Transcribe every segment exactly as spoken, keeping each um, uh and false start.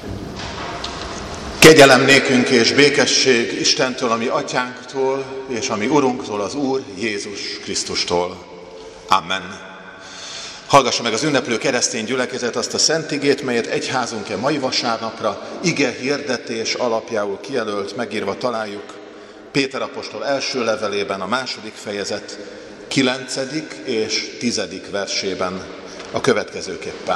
Kegyelem nékünk és békesség Istentől, a mi atyánktól, és a mi Urunktól, az Úr Jézus Krisztustól. Amen. Hallgassa meg az ünneplő keresztény gyülekezet azt a szent igét, melyet egyházunk-e mai vasárnapra ige hirdetés alapjául kijelölt, megírva találjuk Péter apostol első levelében, a második fejezet kilencedik és tizedik versében a következőképpen.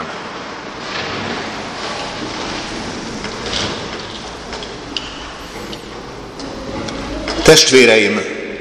Testvéreim,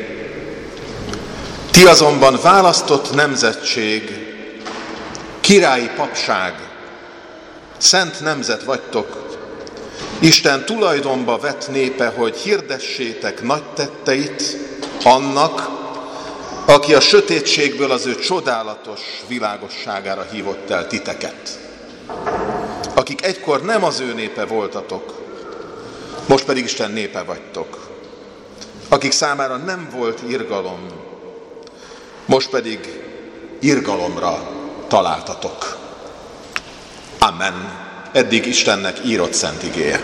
ti azonban választott nemzetség, királyi papság, szent nemzet vagytok, Isten tulajdonba vett népe, hogy hirdessétek nagy tetteit annak, aki a sötétségből az ő csodálatos világosságára hívott el titeket. Akik egykor nem az ő népe voltatok, most pedig Isten népe vagytok. Akik számára nem volt irgalom, most pedig irgalomra találtatok. Amen. Eddig Istennek írott szent igéje.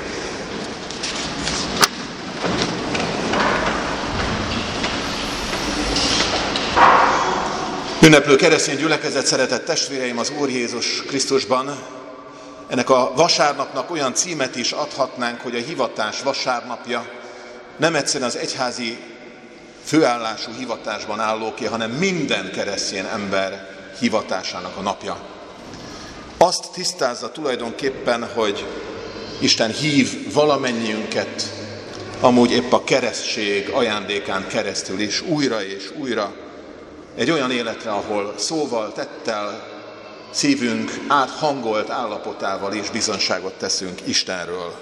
Ünneplő keresztény gyülekezet, szeretett testvéreim az Úr Jézus Krisztusban, ennek a vasárnapnak olyan címet is adhatnánk, hogy a hivatás vasárnapja, nem egyszerűen az egyházi főállású hivatásban állóké, hanem minden keresztény ember hivatásának a napja. Azt tisztázza tulajdonképpen, hogy Isten hív valamennyiünket, amúgy épp a keresztség ajándékán keresztül is újra és újra egy olyan életre, ahol szóval, tettel, szívünk áthangolt állapotával is bizonyságot teszünk Istenről.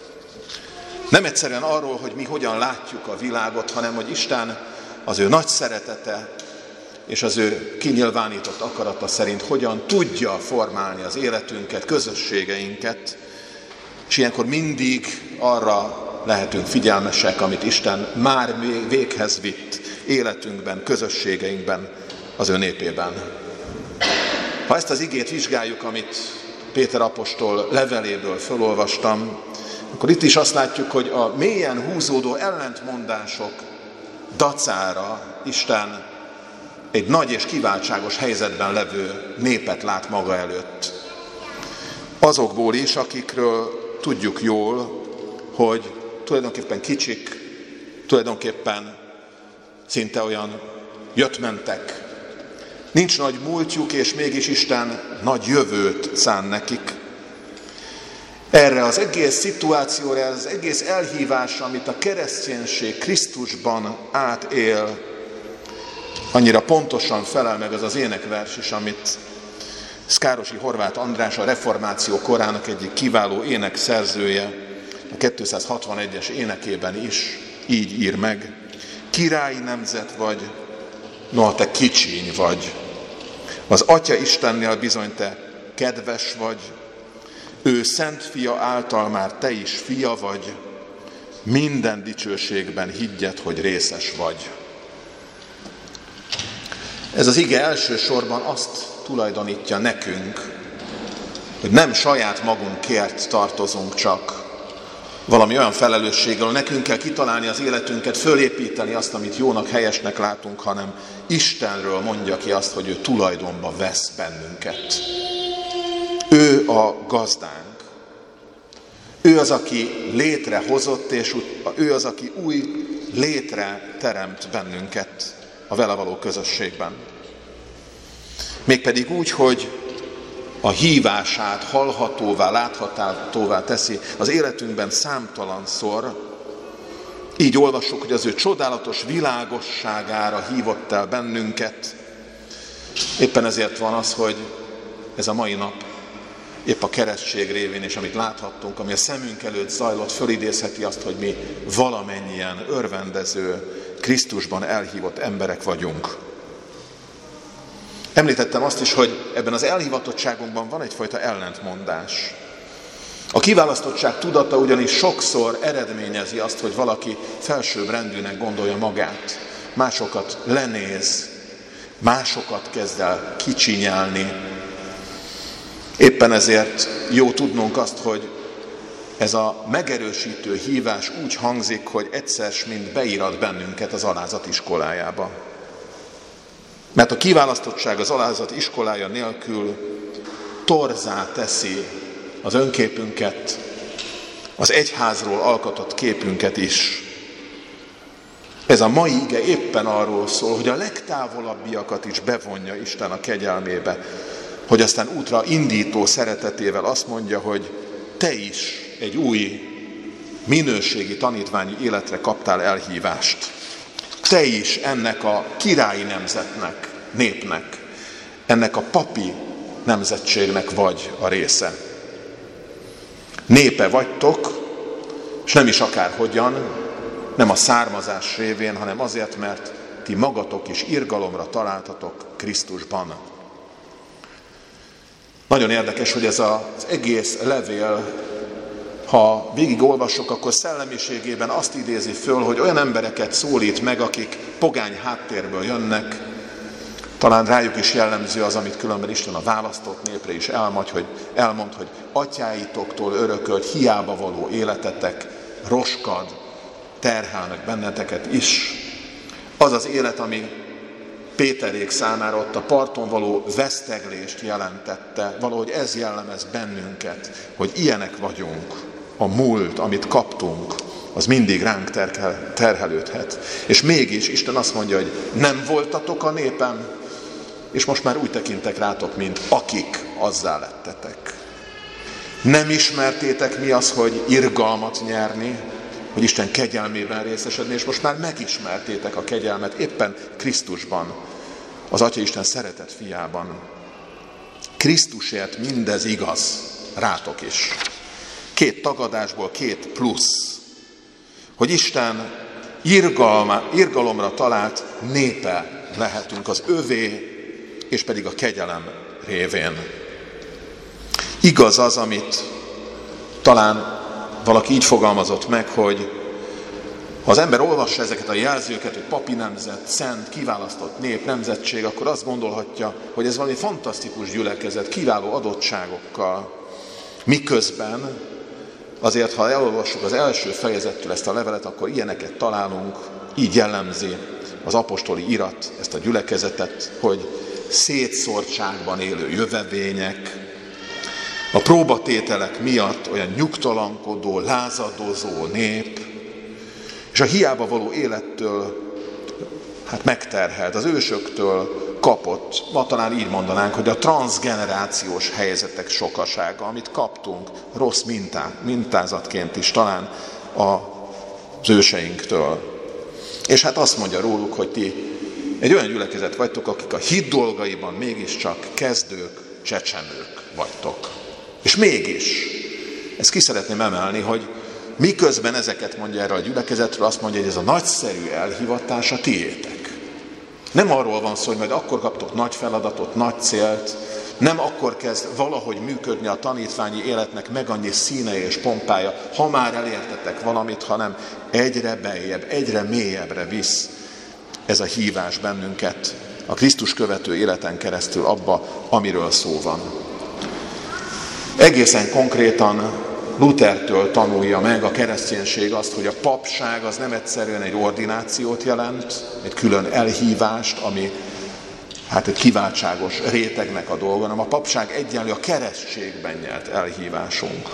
Nem egyszerűen arról, hogy mi hogyan látjuk a világot, hanem hogy Isten az ő nagy szeretete és az ő kinyilvánított akarata szerint hogyan tudja formálni az életünket, közösségeinket, és ilyenkor mindig arra lehetünk figyelmesek, amit Isten már véghez vitt életünkben, közösségeinkben, az ő népében. Ha ezt az igét vizsgáljuk, amit Péter apostol leveléből felolvastam, akkor itt is azt látjuk, hogy a mélyen húzódó ellentmondások dacára Isten egy nagy és kiváltságos helyzetben levő népet lát maga előtt. Azokból is, akikről tudjuk jól, hogy tulajdonképpen kicsik, tulajdonképpen szinte olyan jött-mentek. Nincs nagy múltjuk, és mégis Isten nagy jövőt szán nekik. Erre az egész szituációra, erre az egész elhívásra, amit a kereszténység Krisztusban átél, annyira pontosan felel meg az az énekvers is, amit Szkárosi Horváth András, a reformáció korának egyik kiváló énekszerzője, a kétszázhatvanegyes énekében is így ír meg. Királyi nemzet vagy, noha te kicsiny vagy. Az Atya Istennél bizony te kedves vagy, ő szent fia által már te is fia vagy, minden dicsőségben higgyed, hogy részes vagy. Ez az ige elsősorban azt tulajdonítja nekünk, hogy nem saját magunkért tartozunk csak, valami olyan felelősséggel, nekünk kell kitalálni az életünket, fölépíteni azt, amit jónak, helyesnek látunk, hanem Istenről mondja ki azt, hogy ő tulajdonba vesz bennünket. Ő a gazdánk. Ő az, aki létrehozott, és ő az, aki új létre teremt bennünket a vele való közösségben. Mégpedig úgy, hogy a hívását hallhatóvá, láthatóvá teszi az életünkben számtalanszor. Így olvassuk, hogy az ő csodálatos világosságára hívott el bennünket. Éppen ezért van az, hogy ez a mai nap épp a keresztség révén, és amit láthattunk, ami a szemünk előtt zajlott, fölidézheti azt, hogy mi valamennyien örvendező, Krisztusban elhívott emberek vagyunk. Említettem azt is, hogy ebben az elhivatottságunkban van egyfajta ellentmondás. A kiválasztottság tudata ugyanis sokszor eredményezi azt, hogy valaki felsőbb rendűnek gondolja magát, másokat lenéz, másokat kezd el kicsinyelni. Éppen ezért jó tudnunk azt, hogy ez a megerősítő hívás úgy hangzik, hogy egyszer mind beírat bennünket az alázat iskolájába. Mert a kiválasztottság az alázat iskolája nélkül torzá teszi az önképünket, az egyházról alkotott képünket is. Ez a mai ige éppen arról szól, hogy a legtávolabbiakat is bevonja Isten a kegyelmébe, hogy aztán útra indító szeretetével azt mondja, hogy te is egy új minőségi tanítványi életre kaptál elhívást. Te is ennek a királyi nemzetnek, népnek, ennek a papi nemzetségnek vagy a része. Népe vagytok, és nem is akárhogyan, nem a származás révén, hanem azért, mert ti magatok is irgalomra találtatok Krisztusban. Nagyon érdekes, hogy ez az egész levél, ha végigolvassuk, akkor szellemiségében azt idézi föl, hogy olyan embereket szólít meg, akik pogány háttérből jönnek. Talán rájuk is jellemző az, amit különben Isten a választott népre is elmond, hogy, elmond, hogy atyáitoktól örökölt hiába való életetek roskad, terhelnek benneteket is. Az az élet, ami Péterék számára ott a parton való veszteglést jelentette, valahogy ez jellemez bennünket, hogy ilyenek vagyunk. A múlt, amit kaptunk, az mindig ránk terhel, terhelődhet. És mégis Isten azt mondja, hogy nem voltatok a népem, és most már úgy tekintek rátok, mint akik azzá lettetek. Nem ismertétek, mi az, hogy irgalmat nyerni, hogy Isten kegyelmében részesedni, és most már megismertétek a kegyelmet éppen Krisztusban, az Atya Isten szeretett fiában. Krisztusért mindez igaz, rátok is. Két tagadásból két plusz, hogy Isten irgalma, irgalomra talált népe lehetünk az övé, és pedig a kegyelem révén. Igaz az, amit talán valaki így fogalmazott meg, hogy ha az ember olvassa ezeket a jelzőket, hogy papi nemzet, szent, kiválasztott nép, nemzetség, akkor azt gondolhatja, hogy ez valami fantasztikus gyülekezet, kiváló adottságokkal. Miközben azért, ha elolvassuk az első fejezettől ezt a levelet, akkor ilyeneket találunk, így jellemzi az apostoli irat ezt a gyülekezetet, hogy szétszórtságban élő jövevények, a próbatételek miatt olyan nyugtalankodó, lázadozó nép, és a hiába való élettől hát megterhelt, az ősöktől kapott, ma talán így mondanánk, hogy a transzgenerációs helyzetek sokasága, amit kaptunk rossz mintá, mintázatként is talán az őseinktől. És hát azt mondja róluk, hogy ti egy olyan gyülekezet vagytok, akik a hit dolgaiban mégiscsak kezdők, csecsemők vagytok. És mégis, ezt ki szeretném emelni, hogy miközben ezeket mondja erre a gyülekezetről, azt mondja, hogy ez a nagyszerű elhivatás a tiétek. Nem arról van szó, hogy majd akkor kaptok nagy feladatot, nagy célt, nem akkor kezd valahogy működni a tanítványi életnek meg annyi színe és pompája, ha már elértetek valamit, hanem egyre beljebb, egyre mélyebbre visz ez a hívás bennünket a Krisztus követő életen keresztül abba, amiről szó van. Egészen konkrétan Luthertől tanulja meg a kereszténység azt, hogy a papság az nem egyszerűen egy ordinációt jelent, egy külön elhívást, ami hát egy kiváltságos rétegnek a dolga, hanem a papság egyenlő a keresztségben nyert elhívásunk.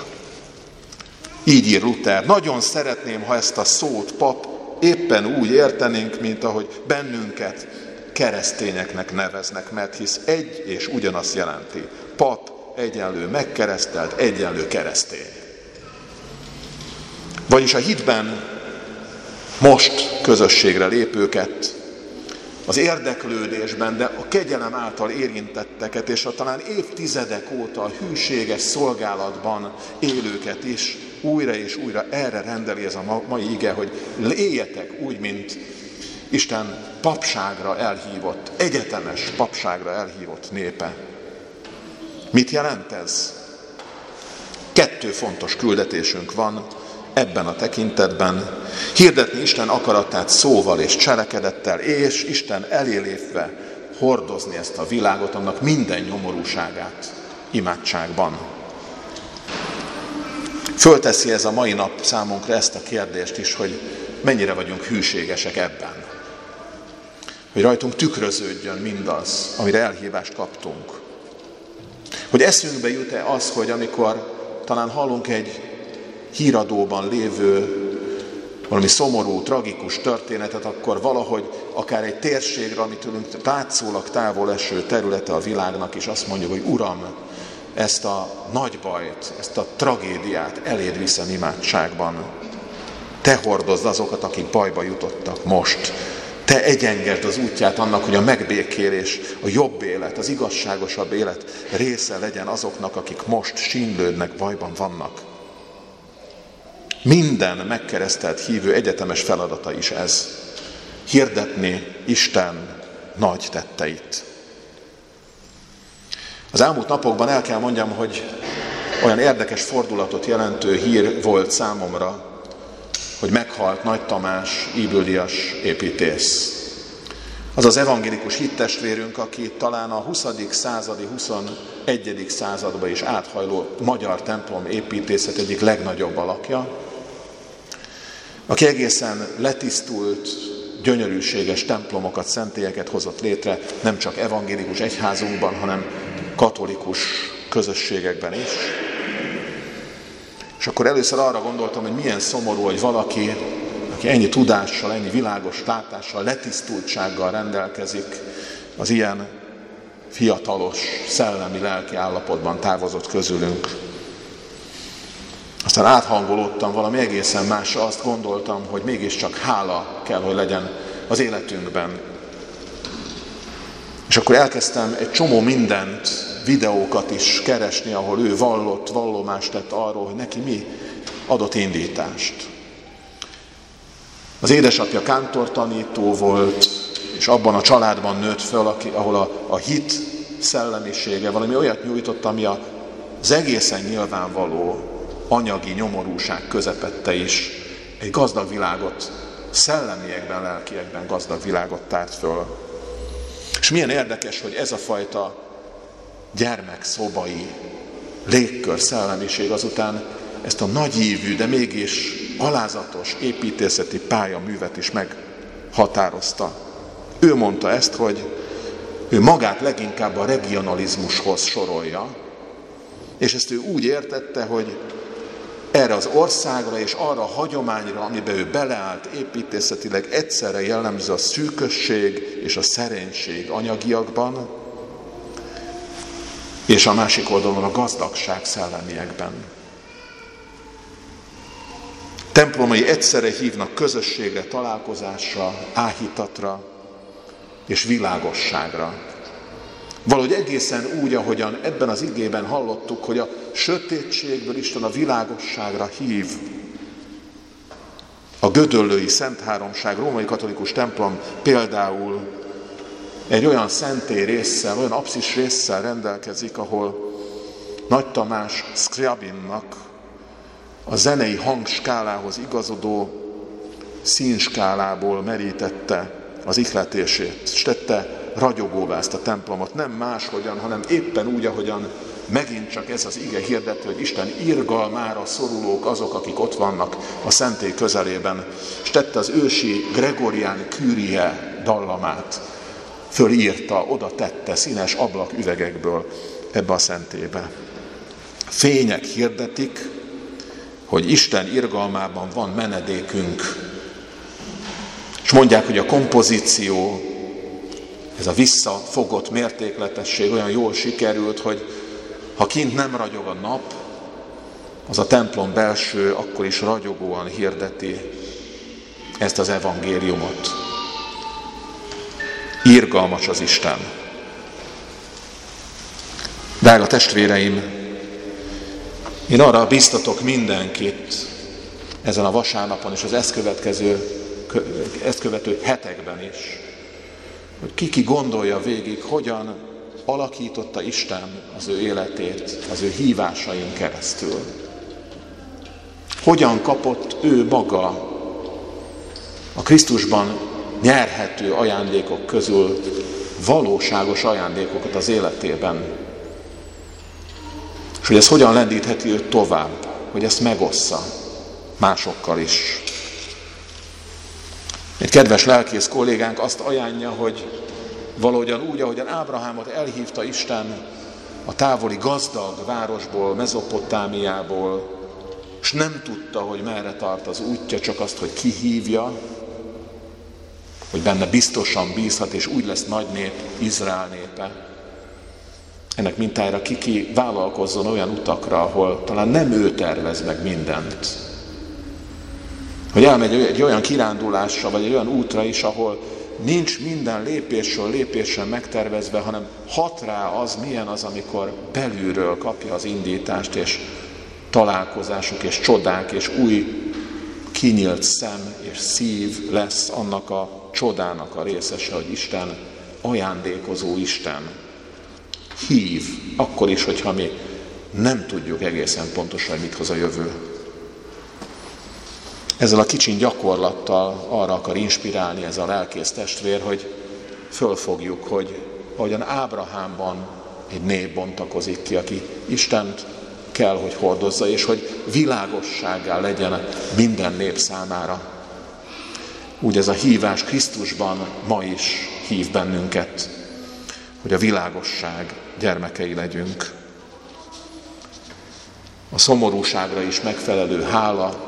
Így ír Luther, nagyon szeretném, ha ezt a szót pap éppen úgy értenénk, mint ahogy bennünket keresztényeknek neveznek, mert hisz egy és ugyanazt jelenti. Pap egyenlő megkeresztelt, egyenlő keresztény. Vagyis a hitben most közösségre lépőket, az érdeklődésben, de a kegyelem által érintetteket, és a talán évtizedek óta a hűséges szolgálatban élőket is újra és újra erre rendeli ez a mai ige, hogy éljetek úgy, mint Isten papságra elhívott, egyetemes papságra elhívott népe. Mit jelent ez? Kettő fontos küldetésünk van ebben a tekintetben. Hirdetni Isten akaratát szóval és cselekedettel, és Isten elé lépve hordozni ezt a világot, annak minden nyomorúságát imádságban. Fölteszi ez a mai nap számunkra ezt a kérdést is, hogy mennyire vagyunk hűségesek ebben. Hogy rajtunk tükröződjön mindaz, amire elhívást kaptunk. Hogy eszünkbe jut-e az, hogy amikor talán hallunk egy híradóban lévő valami szomorú, tragikus történetet, akkor valahogy akár egy térségre, ami tőlünk látszólag távol eső területe a világnak is azt mondjuk, hogy Uram, ezt a nagy bajt, ezt a tragédiát eléd viszem imádságban. Te hordozd azokat, akik bajba jutottak most. Te egyengesd az útját annak, hogy a megbékélés, a jobb élet, az igazságosabb élet része legyen azoknak, akik most sínlődnek, bajban vannak. Minden megkeresztelt hívő egyetemes feladata is ez. Hirdetni Isten nagy tetteit. Az elmúlt napokban el kell mondjam, hogy olyan érdekes fordulatot jelentő hír volt számomra, hogy meghalt Nagy Tamás íbüldíjas építész. Az az evangélikus hittestvérünk, aki talán a huszadik századi, huszonegyedik századba is áthajló magyar templom építészet egyik legnagyobb alakja, aki egészen letisztult, gyönyörűséges templomokat, szentélyeket hozott létre, nem csak evangélikus egyházunkban, hanem katolikus közösségekben is. És akkor először arra gondoltam, hogy milyen szomorú, hogy valaki, aki ennyi tudással, ennyi világos látással, letisztultsággal rendelkezik, az ilyen fiatalos, szellemi, lelki állapotban távozott közülünk. Aztán áthangolódtam valami egészen másra, azt gondoltam, hogy mégiscsak hála kell, hogy legyen az életünkben. És akkor elkezdtem egy csomó mindent, videókat is keresni, ahol ő vallott, vallomást tett arról, hogy neki mi adott indítást. Az édesapja kántortanító volt, és abban a családban nőtt föl, ahol a, a hit szellemisége valami olyat nyújtott, ami az egészen nyilvánvaló anyagi nyomorúság közepette is egy gazdag világot, szellemiekben, lelkiekben gazdag világot tárt föl. És milyen érdekes, hogy ez a fajta gyermekszobai légkör, szellemiség azután ezt a nagyívű, de mégis alázatos építészeti pályaművet is meghatározta. Ő mondta ezt, hogy ő magát leginkább a regionalizmushoz sorolja, és ezt ő úgy értette, hogy erre az országra és arra a hagyományra, amiben ő beleállt építészetileg, egyszerre jellemző a szűkösség és a szerénység anyagiakban, és a másik oldalon a gazdagság szellemiekben. Templomai egyszerre hívnak közösségre, találkozásra, áhítatra és világosságra. Valahogy egészen úgy, ahogyan ebben az igében hallottuk, hogy a sötétségből Isten a világosságra hív. A gödöllői Szent Háromság római katolikus templom például egy olyan szentély résszel, olyan apszis résszel rendelkezik, ahol Nagy Tamás Scriabinnak a zenei hangskálához igazodó színskálából merítette az ihletését, és tette ragyogóvá ezt a templomot, nem máshogyan, hanem éppen úgy, ahogyan megint csak ez az ige hirdeti, hogy Isten irgalmára szorulók azok, akik ott vannak a szentély közelében, és tette az ősi Gregorián Kyrie dallamát, fölírta, oda tette színes ablaküvegekből ebbe a szentélybe. Fények hirdetik, hogy Isten irgalmában van menedékünk. És mondják, hogy a kompozíció, ez a visszafogott mértékletesség olyan jól sikerült, hogy ha kint nem ragyog a nap, az a templom belső akkor is ragyogóan hirdeti ezt az evangéliumot. Irgalmas az Isten. Drága testvéreim, én arra biztatok mindenkit ezen a vasárnapon és az ezt következő, ezt követő hetekben is, hogy ki-ki gondolja végig, hogyan alakította Isten az ő életét az ő hívásain keresztül. Hogyan kapott ő maga a Krisztusban nyerhető ajándékok közül valóságos ajándékokat az életében. És hogy ez hogyan lendítheti őt tovább hogy ezt megossza másokkal is. Egy kedves lelkész kollégánk azt ajánlja, hogy valahogyan úgy, ahogyan Ábrahámot elhívta Isten a távoli gazdag városból, Mezopotámiából, és nem tudta, hogy merre tart az útja, csak azt, hogy ki hívja, hogy benne biztosan bízhat, és úgy lesz nagy nép, Izrael népe. Ennek mintájára ki-ki vállalkozzon olyan utakra, ahol talán nem ő tervez meg mindent. Hogy elmegy egy olyan kirándulásra, vagy egy olyan útra is, ahol nincs minden lépésről lépésre megtervezve, hanem hat rá az, milyen az, amikor belülről kapja az indítást, és találkozások, és csodák, és új kinyílt szem és szív lesz annak a csodának a részese, hogy Isten ajándékozó Isten. Hív, akkor is, hogyha mi nem tudjuk egészen pontosan, hogy mit hoz a jövő. Ezzel a kicsin gyakorlattal arra akar inspirálni ez a lelkész testvér, hogy fölfogjuk, hogy ahogyan Ábrahámban egy nép bontakozik ki, aki Istent kell, hogy hordozza, és hogy világossággá legyen minden nép számára. Úgy ez a hívás Krisztusban ma is hív bennünket, hogy a világosság gyermekei legyünk. A szomorúságra is megfelelő hála,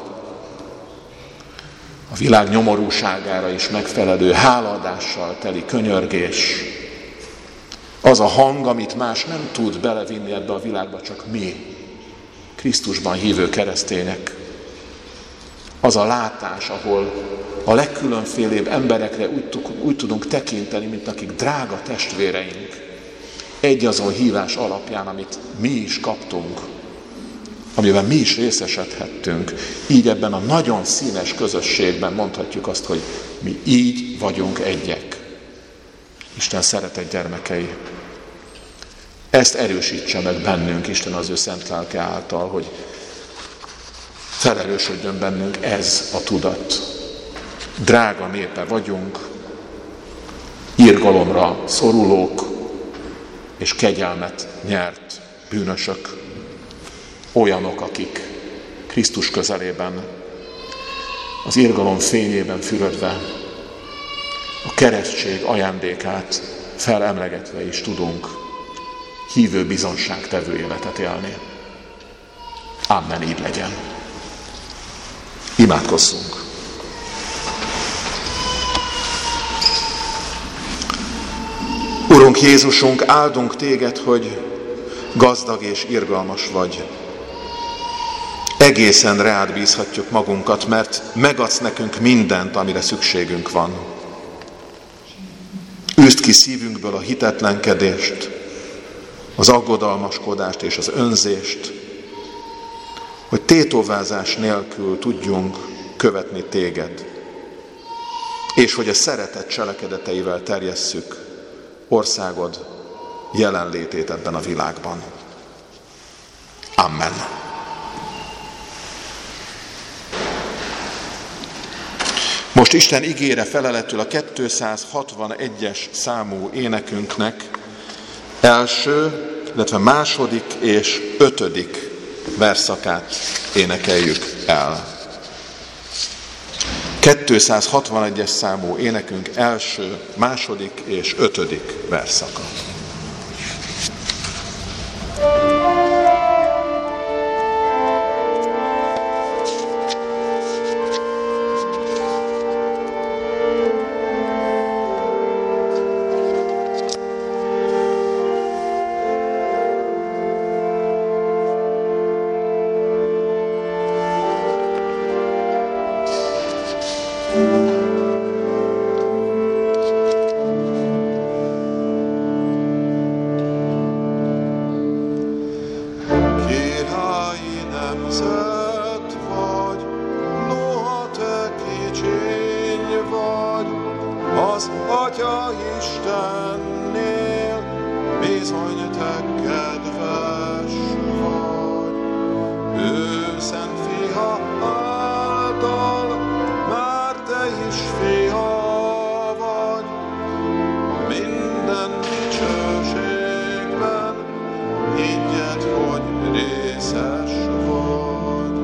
a világ nyomorúságára is megfelelő hálaadással teli könyörgés, az a hang, amit más nem tud belevinni ebbe a világba, csak mi, Krisztusban hívő keresztények. Az a látás, ahol a legkülönfélébb emberekre úgy, úgy tudunk tekinteni, mint akik drága testvéreink, egyazon hívás alapján, amit mi is kaptunk, amiben mi is részesedhettünk. Így ebben a nagyon színes közösségben mondhatjuk azt, hogy mi így vagyunk egyek. Isten szeretett gyermekei. Ezt erősítse meg bennünk Isten az ő szent lelke által, hogy felerősödjön bennünk ez a tudat. Drága népe vagyunk, irgalomra szorulók és kegyelmet nyert bűnösök, olyanok, akik Krisztus közelében, az irgalom fényében fürödve, a keresztség ajándékát felemlegetve is tudunk hívő bizonságtevő életet élni. Amen, így legyen. Imádkozzunk. Urunk Jézusunk, áldunk téged, hogy gazdag és irgalmas vagy. Egészen rád bízhatjuk magunkat, mert megadsz nekünk mindent, amire szükségünk van. Üzd ki szívünkből a hitetlenkedést, az aggodalmaskodást és az önzést, hogy tétovázás nélkül tudjunk követni téged, és hogy a szeretet cselekedeteivel terjesszük országod jelenlétét ebben a világban. Amen. Most Isten igére feleletül a kétszázhatvanegyes számú énekünknek első, illetve második és ötödik verszakát énekeljük el. kétszázhatvanegyes számú énekünk első, második és ötödik verszaka. Higged, hogy részes vagy.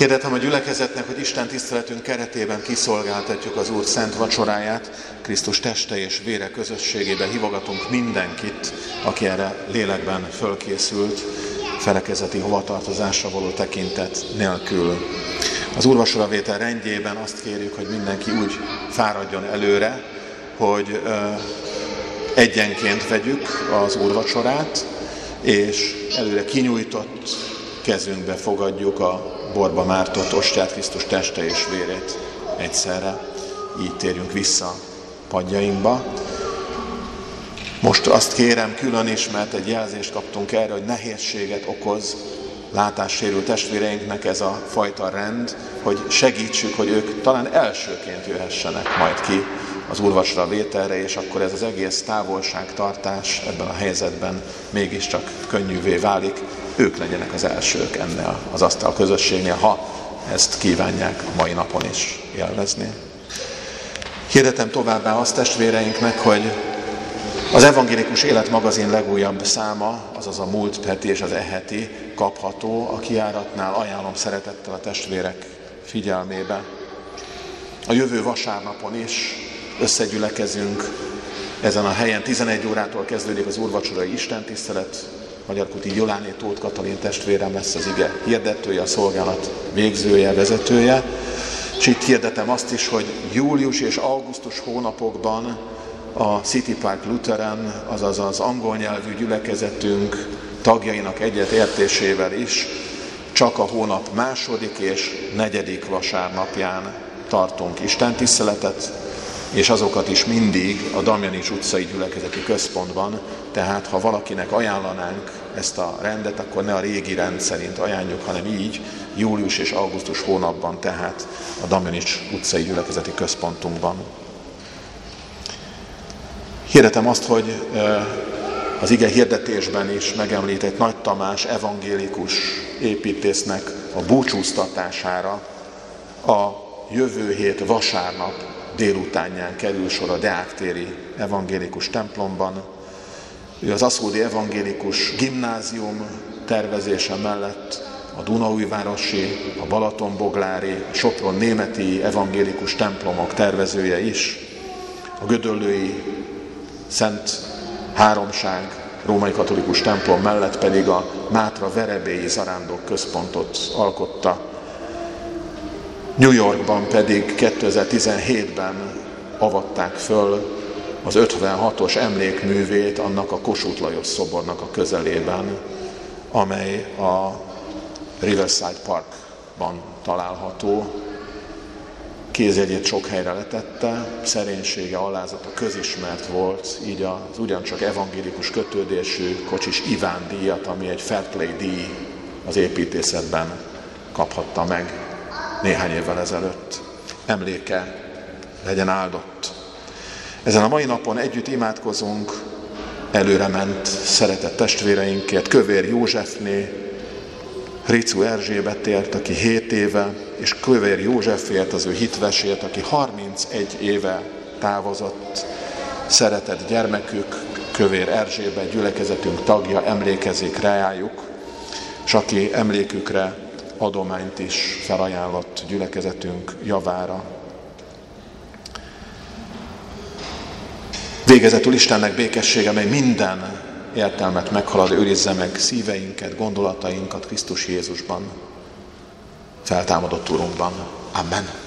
Hirdetem a gyülekezetnek, hogy Isten tiszteletünk keretében kiszolgáltatjuk az Úr szent vacsoráját, Krisztus teste és vére közösségében hívogatunk mindenkit, aki erre lélekben fölkészült, felekezeti hovatartozásra való tekintet nélkül. Az úrvacsoravétel rendjében azt kérjük, hogy mindenki úgy fáradjon előre, hogy egyenként vegyük az úrvacsorát, és előre kinyújtott kezünkbe fogadjuk a borba mártott ostját, Krisztus teste és vérét egyszerre. Így térjünk vissza padjainkba. Most azt kérem külön is, mert egy jelzést kaptunk erre, hogy nehézséget okoz látássérült testvéreinknek ez a fajta rend, hogy segítsük, hogy ők talán elsőként jöhessenek majd ki az úrvacsora vételre, és akkor ez az egész távolságtartás ebben a helyzetben mégiscsak könnyűvé válik. Ők legyenek az elsők ennél az asztal közösségnél, ha ezt kívánják a mai napon is élvezni. Hirdetem továbbá azt testvéreinknek, hogy az Evangélikus Élet magazin legújabb száma, azaz a múlt heti és az e heti kapható a kijáratnál. Ajánlom szeretettel a testvérek figyelmébe. A jövő vasárnapon is összegyülekezünk ezen a helyen. tizenegy órától kezdődik az úrvacsorai istentisztelet. Magyarkuti Gyoláné Tóth Katalin testvérem lesz az ige hirdetője, a szolgálat végzője, vezetője. És itt hirdetem azt is, hogy július és augusztus hónapokban a City Park Lutheran, azaz az angol nyelvű gyülekezetünk tagjainak egyetértésével is csak a hónap második és negyedik vasárnapján tartunk istentiszteletet, és azokat is mindig a Damjanics utcai gyülekezeti központban, tehát ha valakinek ajánlanánk ezt a rendet, akkor ne a régi rend szerint ajánljuk, hanem így, július és augusztus hónapban, tehát a Damjanics utcai gyülekezeti központunkban. Hirdetem azt, hogy az ige hirdetésben is megemlített Nagy Tamás evangélikus építésznek a búcsúztatására a jövő hét vasárnap délutánján kerül sor a Deák-téri evangélikus templomban. Ő az aszódi evangélikus gimnázium tervezése mellett a Dunaújvárosi, a Balatonboglári, a Sopron-németi evangélikus templomok tervezője is, a gödöllői Szent Háromság római katolikus templom mellett pedig a Mátra-verebélyi zarándok központot alkotta. New Yorkban pedig kétezer-tizenhétben avatták föl az ötvenhatos emlékművét annak a Kossuth Lajos szobornak a közelében, amely a Riverside Parkban található. Kézjegyét sok helyre letette, szerénysége, alázata közismert volt, így az ugyancsak evangélikus kötődésű Kocsis Iván díjat, ami egy Fair Play díj az építészetben kaphatta meg néhány évvel ezelőtt. Emléke legyen áldott. Ezen a mai napon együtt imádkozunk előrement szeretett testvéreinkért, Kövér Józsefné, Ricu Erzsébetért, aki hét éve, és Kövér Józsefért, az ő hitvesért, aki harmincegy éve távozott, szeretett gyermekük, Kövér Erzsébet, gyülekezetünk tagja, emlékezik rájuk, és aki emlékükre adományt is felajánlott gyülekezetünk javára. Végezetül Istennek békessége, mely minden értelmet meghalad, őrizze meg szíveinket, gondolatainkat Krisztus Jézusban, feltámadott Urunkban. Amen.